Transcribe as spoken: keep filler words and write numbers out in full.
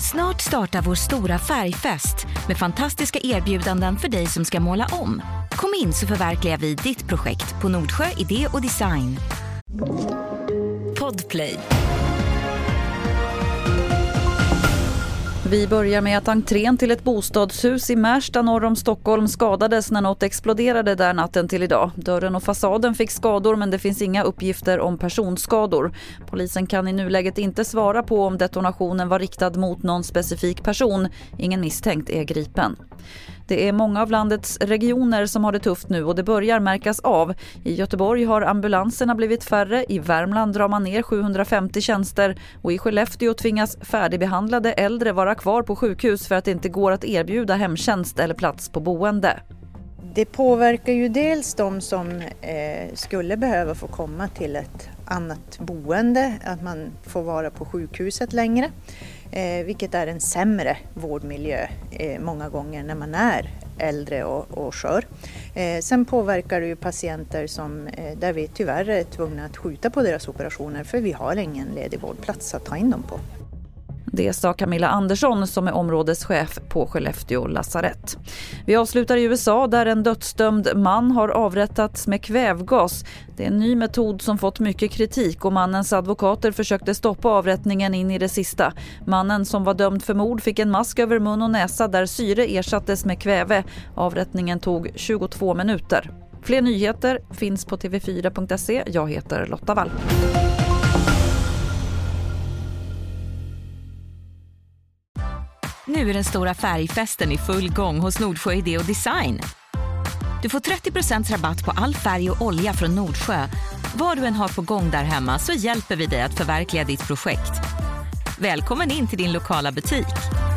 Snart startar vår stora färgfest med fantastiska erbjudanden för dig som ska måla om. Kom in så förverkligar vi ditt projekt på Nordsjö Idé och Design. Podplay. Vi börjar med att entrén till ett bostadshus i Märsta norr om Stockholm skadades när något exploderade där natten till idag. Dörren och fasaden fick skador, men det finns inga uppgifter om personskador. Polisen kan i nuläget inte svara på om detonationen var riktad mot någon specifik person. Ingen misstänkt är gripen. Det är många av landets regioner som har det tufft nu och det börjar märkas av. I Göteborg har ambulanserna blivit färre, i Värmland drar man ner sjuhundrafemtio tjänster och i Skellefteå tvingas färdigbehandlade äldre vara kvar på sjukhus för att det inte går att erbjuda hemtjänst eller plats på boende. Det påverkar ju dels de som eh, skulle behöva få komma till ett annat boende, att man får vara på sjukhuset längre. Eh, vilket är en sämre vårdmiljö eh, många gånger när man är äldre och, och skör. Eh, sen påverkar det ju patienter som, eh, där vi tyvärr är tvungna att skjuta på deras operationer för vi har ingen ledig vårdplats att ta in dem på. Det sa Camilla Andersson som är områdeschef på Skellefteå lasarett. Vi avslutar i U S A där en dödsdömd man har avrättats med kvävgas. Det är en ny metod som fått mycket kritik och mannens advokater försökte stoppa avrättningen in i det sista. Mannen som var dömd för mord fick en mask över mun och näsa där syre ersattes med kväve. Avrättningen tog tjugotvå minuter. Fler nyheter finns på t v fyra punkt se. Jag heter Lotta Wall. Nu är den stora färgfesten i full gång hos Nordsjö Idé och Design. Du får trettio procent rabatt på all färg och olja från Nordsjö. Vad du än har på gång där hemma så hjälper vi dig att förverkliga ditt projekt. Välkommen in till din lokala butik.